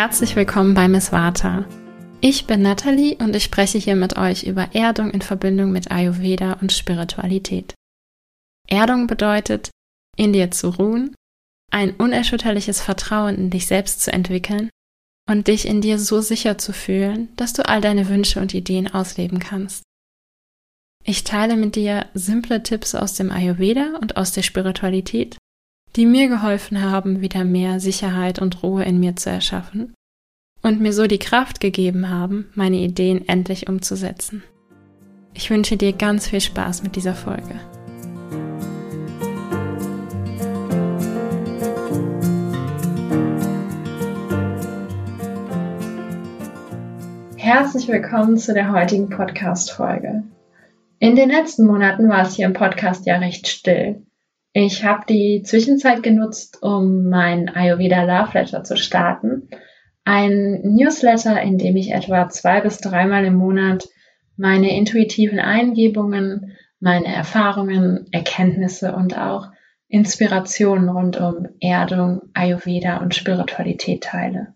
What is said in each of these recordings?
Herzlich willkommen bei Miss Vata. Ich bin Nathalie und ich spreche hier mit euch über Erdung in Verbindung mit Ayurveda und Spiritualität. Erdung bedeutet, in dir zu ruhen, ein unerschütterliches Vertrauen in dich selbst zu entwickeln und dich in dir so sicher zu fühlen, dass du all deine Wünsche und Ideen ausleben kannst. Ich teile mit dir simple Tipps aus dem Ayurveda und aus der Spiritualität, die mir geholfen haben, wieder mehr Sicherheit und Ruhe in mir zu erschaffen und mir so die Kraft gegeben haben, meine Ideen endlich umzusetzen. Ich wünsche dir ganz viel Spaß mit dieser Folge. Herzlich willkommen zu der heutigen Podcast-Folge. In den letzten Monaten war es hier im Podcast ja recht still. Ich habe die Zwischenzeit genutzt, um mein Ayurveda Love Letter zu starten. Ein Newsletter, in dem ich etwa 2 bis 3 Mal im Monat meine intuitiven Eingebungen, meine Erfahrungen, Erkenntnisse und auch Inspirationen rund um Erdung, Ayurveda und Spiritualität teile.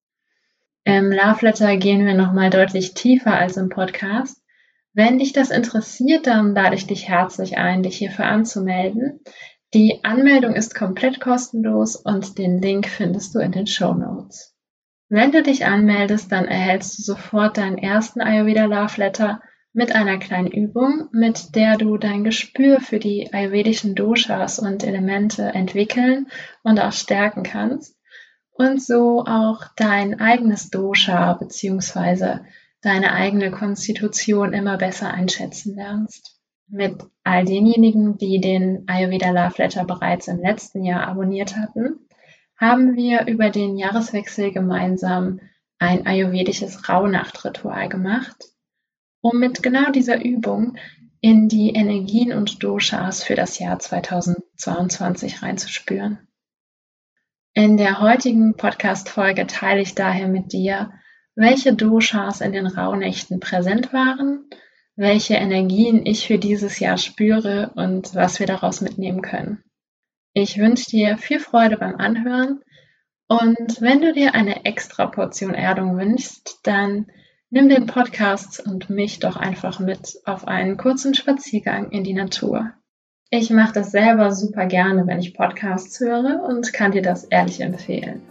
Im Love Letter gehen wir nochmal deutlich tiefer als im Podcast. Wenn dich das interessiert, dann lade ich dich herzlich ein, dich hierfür anzumelden. Die Anmeldung ist komplett kostenlos und den Link findest du in den Shownotes. Wenn du dich anmeldest, dann erhältst du sofort deinen ersten Ayurveda Love Letter mit einer kleinen Übung, mit der du dein Gespür für die ayurvedischen Doshas und Elemente entwickeln und auch stärken kannst und so auch dein eigenes Dosha bzw. deine eigene Konstitution immer besser einschätzen lernst. Mit all denjenigen, die den Ayurveda Love Letter bereits im letzten Jahr abonniert hatten, haben wir über den Jahreswechsel gemeinsam ein ayurvedisches Rauhnachtritual gemacht, um mit genau dieser Übung in die Energien und Doshas für das Jahr 2022 reinzuspüren. In der heutigen Podcast-Folge teile ich daher mit dir, welche Doshas in den Rauhnächten präsent waren, welche Energien ich für dieses Jahr spüre und was wir daraus mitnehmen können. Ich wünsche dir viel Freude beim Anhören und wenn du dir eine extra Portion Erdung wünschst, dann nimm den Podcast und mich doch einfach mit auf einen kurzen Spaziergang in die Natur. Ich mache das selber super gerne, wenn ich Podcasts höre und kann dir das ehrlich empfehlen.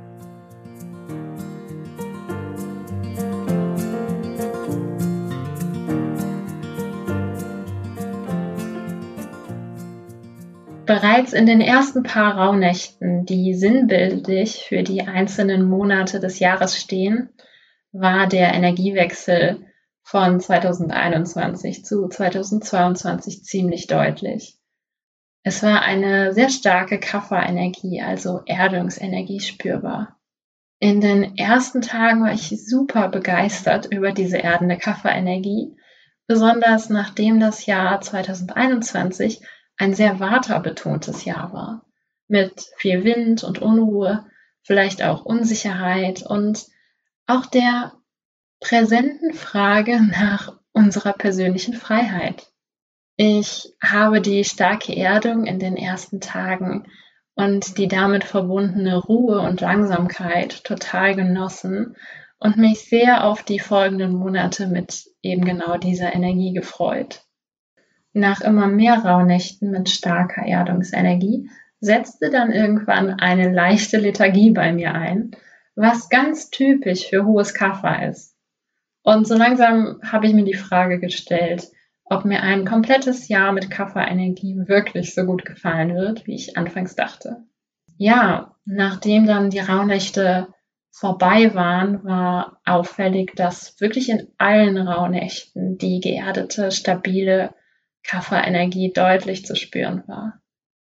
Bereits in den ersten paar Rauhnächten, die sinnbildlich für die einzelnen Monate des Jahres stehen, war der Energiewechsel von 2021 zu 2022 ziemlich deutlich. Es war eine sehr starke Kapha-Energie, also Erdungsenergie spürbar. In den ersten Tagen war ich super begeistert über diese erdende Kapha-Energie, besonders nachdem das Jahr 2021 ein sehr Vata-betontes Jahr war, mit viel Wind und Unruhe, vielleicht auch Unsicherheit und auch der präsenten Frage nach unserer persönlichen Freiheit. Ich habe die starke Erdung in den ersten Tagen und die damit verbundene Ruhe und Langsamkeit total genossen und mich sehr auf die folgenden Monate mit eben genau dieser Energie gefreut. Nach immer mehr Rauhnächten mit starker Erdungsenergie setzte dann irgendwann eine leichte Lethargie bei mir ein, was ganz typisch für hohes Kapha ist. Und so langsam habe ich mir die Frage gestellt, ob mir ein komplettes Jahr mit Kapha-Energie wirklich so gut gefallen wird, wie ich anfangs dachte. Ja, nachdem dann die Rauhnächte vorbei waren, war auffällig, dass wirklich in allen Rauhnächten die geerdete, stabile Kapha-Energie deutlich zu spüren war.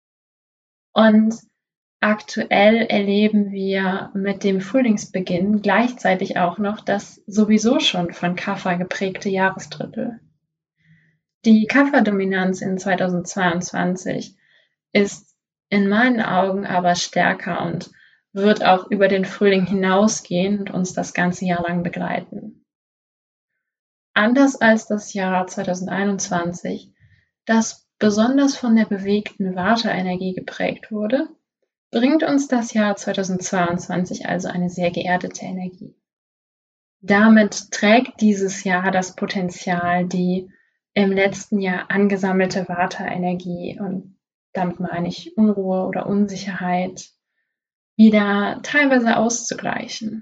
Und aktuell erleben wir mit dem Frühlingsbeginn gleichzeitig auch noch das sowieso schon von Kapha geprägte Jahresdrittel. Die Kapha-Dominanz in 2022 ist in meinen Augen aber stärker und wird auch über den Frühling hinausgehen und uns das ganze Jahr lang begleiten. Anders als das Jahr 2021, das besonders von der bewegten Vata-Energie geprägt wurde, bringt uns das Jahr 2022 also eine sehr geerdete Energie. Damit trägt dieses Jahr das Potenzial, die im letzten Jahr angesammelte Vata-Energie, und damit meine ich Unruhe oder Unsicherheit, wieder teilweise auszugleichen.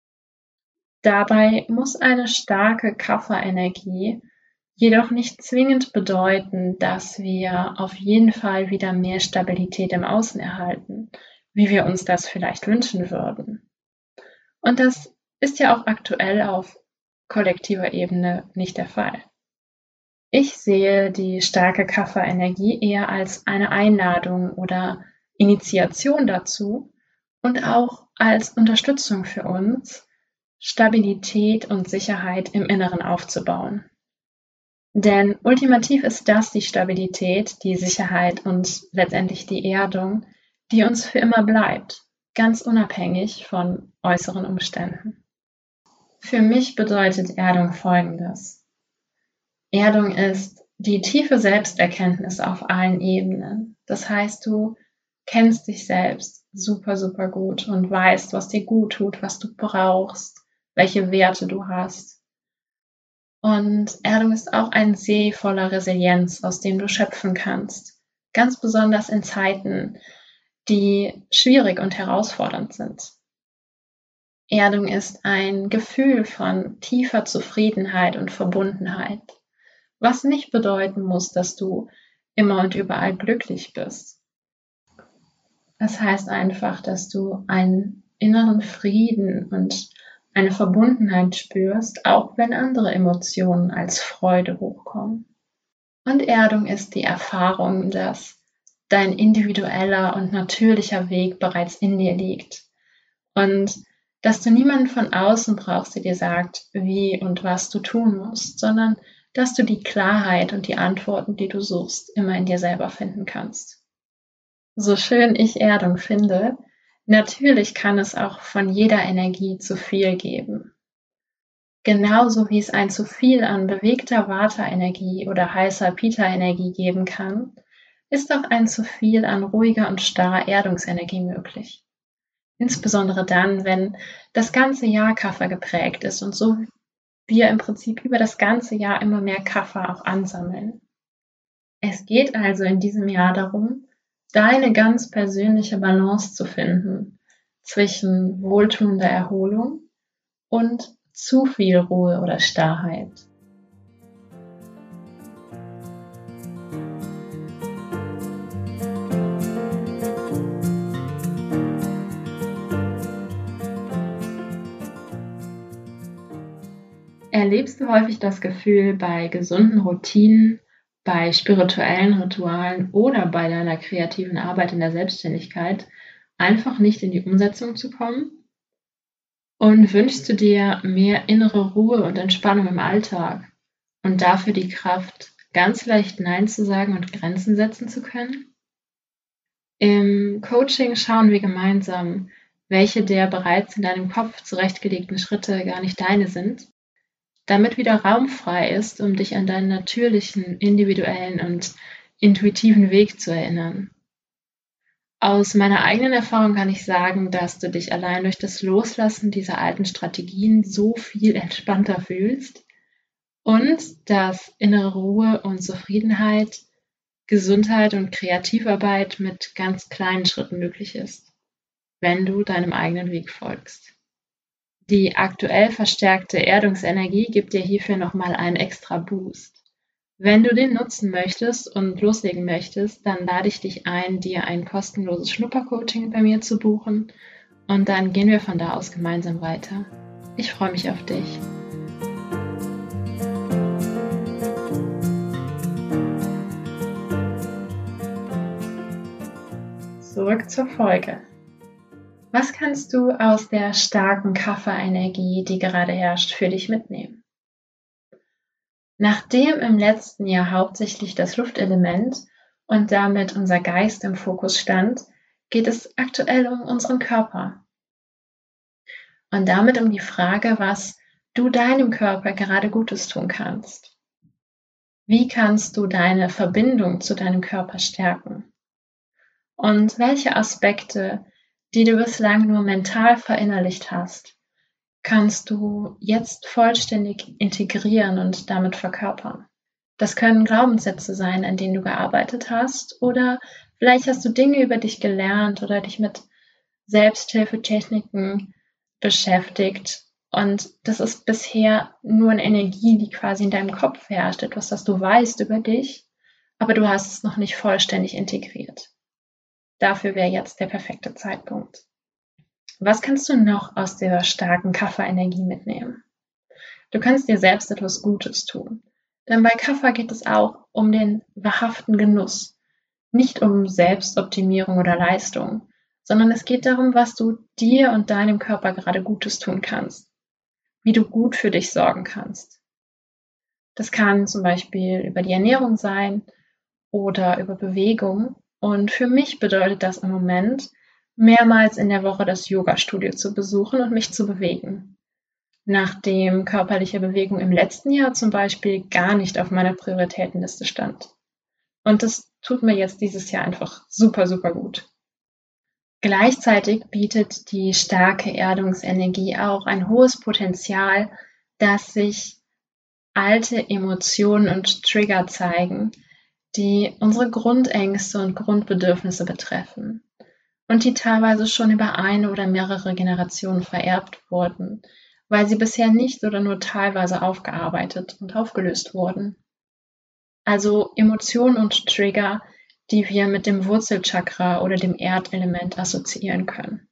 Dabei muss eine starke Kapha-Energie jedoch nicht zwingend bedeuten, dass wir auf jeden Fall wieder mehr Stabilität im Außen erhalten, wie wir uns das vielleicht wünschen würden. Und das ist ja auch aktuell auf kollektiver Ebene nicht der Fall. Ich sehe die starke Kapha-Energie eher als eine Einladung oder Initiation dazu und auch als Unterstützung für uns, Stabilität und Sicherheit im Inneren aufzubauen. Denn ultimativ ist das die Stabilität, die Sicherheit und letztendlich die Erdung, die uns für immer bleibt, ganz unabhängig von äußeren Umständen. Für mich bedeutet Erdung Folgendes. Erdung ist die tiefe Selbsterkenntnis auf allen Ebenen. Das heißt, du kennst dich selbst super, super gut und weißt, was dir gut tut, was du brauchst, welche Werte du hast. Und Erdung ist auch ein See voller Resilienz, aus dem du schöpfen kannst. Ganz besonders in Zeiten, die schwierig und herausfordernd sind. Erdung ist ein Gefühl von tiefer Zufriedenheit und Verbundenheit, was nicht bedeuten muss, dass du immer und überall glücklich bist. Das heißt einfach, dass du einen inneren Frieden und eine Verbundenheit spürst, auch wenn andere Emotionen als Freude hochkommen. Und Erdung ist die Erfahrung, dass dein individueller und natürlicher Weg bereits in dir liegt und dass du niemanden von außen brauchst, der dir sagt, wie und was du tun musst, sondern dass du die Klarheit und die Antworten, die du suchst, immer in dir selber finden kannst. So schön ich Erdung finde, natürlich kann es auch von jeder Energie zu viel geben. Genauso wie es ein zu viel an bewegter Vata-Energie oder heißer Pitta-Energie geben kann, ist auch ein zu viel an ruhiger und starrer Erdungsenergie möglich. Insbesondere dann, wenn das ganze Jahr Kapha geprägt ist und so wir im Prinzip über das ganze Jahr immer mehr Kapha auch ansammeln. Es geht also in diesem Jahr darum, deine ganz persönliche Balance zu finden zwischen wohltuender Erholung und zu viel Ruhe oder Starrheit. Erlebst du häufig das Gefühl, bei gesunden Routinen, bei spirituellen Ritualen oder bei deiner kreativen Arbeit in der Selbstständigkeit einfach nicht in die Umsetzung zu kommen? Und wünschst du dir mehr innere Ruhe und Entspannung im Alltag und dafür die Kraft, ganz leicht Nein zu sagen und Grenzen setzen zu können? Im Coaching schauen wir gemeinsam, welche der bereits in deinem Kopf zurechtgelegten Schritte gar nicht deine sind, damit wieder Raum frei ist, um dich an deinen natürlichen, individuellen und intuitiven Weg zu erinnern. Aus meiner eigenen Erfahrung kann ich sagen, dass du dich allein durch das Loslassen dieser alten Strategien so viel entspannter fühlst und dass innere Ruhe und Zufriedenheit, Gesundheit und Kreativarbeit mit ganz kleinen Schritten möglich ist, wenn du deinem eigenen Weg folgst. Die aktuell verstärkte Erdungsenergie gibt dir hierfür nochmal einen extra Boost. Wenn du den nutzen möchtest und loslegen möchtest, dann lade ich dich ein, dir ein kostenloses Schnuppercoaching bei mir zu buchen und dann gehen wir von da aus gemeinsam weiter. Ich freue mich auf dich. Zurück zur Folge. Was kannst du aus der starken Kapha-Energie, die gerade herrscht, für dich mitnehmen? Nachdem im letzten Jahr hauptsächlich das Luftelement und damit unser Geist im Fokus stand, geht es aktuell um unseren Körper. Und damit um die Frage, was du deinem Körper gerade Gutes tun kannst. Wie kannst du deine Verbindung zu deinem Körper stärken? Und welche Aspekte, die du bislang nur mental verinnerlicht hast, kannst du jetzt vollständig integrieren und damit verkörpern? Das können Glaubenssätze sein, an denen du gearbeitet hast, oder vielleicht hast du Dinge über dich gelernt oder dich mit Selbsthilfetechniken beschäftigt. Und das ist bisher nur eine Energie, die quasi in deinem Kopf herrscht, etwas, das du weißt über dich, aber du hast es noch nicht vollständig integriert. Dafür wäre jetzt der perfekte Zeitpunkt. Was kannst du noch aus der starken Kapha-Energie mitnehmen? Du kannst dir selbst etwas Gutes tun. Denn bei Kapha geht es auch um den wahrhaften Genuss, nicht um Selbstoptimierung oder Leistung, sondern es geht darum, was du dir und deinem Körper gerade Gutes tun kannst, wie du gut für dich sorgen kannst. Das kann zum Beispiel über die Ernährung sein oder über Bewegung. Und für mich bedeutet das im Moment, mehrmals in der Woche das Yoga-Studio zu besuchen und mich zu bewegen. Nachdem körperliche Bewegung im letzten Jahr zum Beispiel gar nicht auf meiner Prioritätenliste stand. Und das tut mir jetzt dieses Jahr einfach super, super gut. Gleichzeitig bietet die starke Erdungsenergie auch ein hohes Potenzial, dass sich alte Emotionen und Trigger zeigen, die unsere Grundängste und Grundbedürfnisse betreffen und die teilweise schon über eine oder mehrere Generationen vererbt wurden, weil sie bisher nicht oder nur teilweise aufgearbeitet und aufgelöst wurden. Also Emotionen und Trigger, die wir mit dem Wurzelchakra oder dem Erdelement assoziieren können.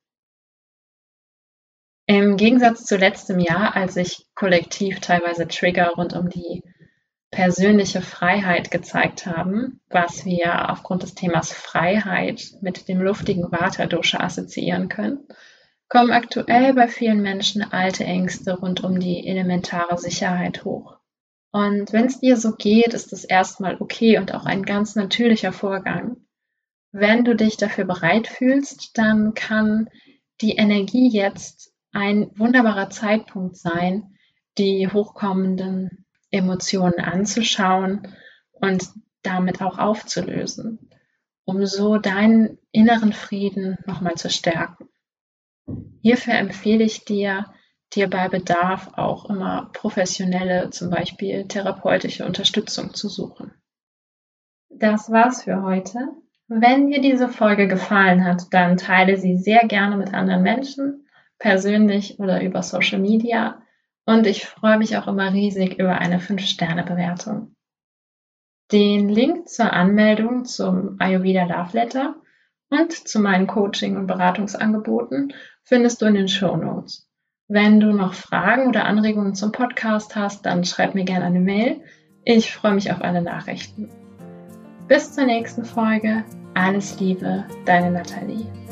Im Gegensatz zu letztem Jahr, als sich kollektiv teilweise Trigger rund um die persönliche Freiheit gezeigt haben, was wir aufgrund des Themas Freiheit mit dem luftigen Vata-Dosha assoziieren können, kommen aktuell bei vielen Menschen alte Ängste rund um die elementare Sicherheit hoch. Und wenn es dir so geht, ist es erstmal okay und auch ein ganz natürlicher Vorgang. Wenn du dich dafür bereit fühlst, dann kann die Energie jetzt ein wunderbarer Zeitpunkt sein, die hochkommenden Emotionen anzuschauen und damit auch aufzulösen, um so deinen inneren Frieden nochmal zu stärken. Hierfür empfehle ich dir bei Bedarf auch immer professionelle, zum Beispiel therapeutische Unterstützung zu suchen. Das war's für heute. Wenn dir diese Folge gefallen hat, dann teile sie sehr gerne mit anderen Menschen, persönlich oder über Social Media. Und ich freue mich auch immer riesig über eine 5-Sterne-Bewertung. Den Link zur Anmeldung zum Ayurveda Love Letter und zu meinen Coaching- und Beratungsangeboten findest du in den Shownotes. Wenn du noch Fragen oder Anregungen zum Podcast hast, dann schreib mir gerne eine Mail. Ich freue mich auf alle Nachrichten. Bis zur nächsten Folge. Alles Liebe, deine Nathalie.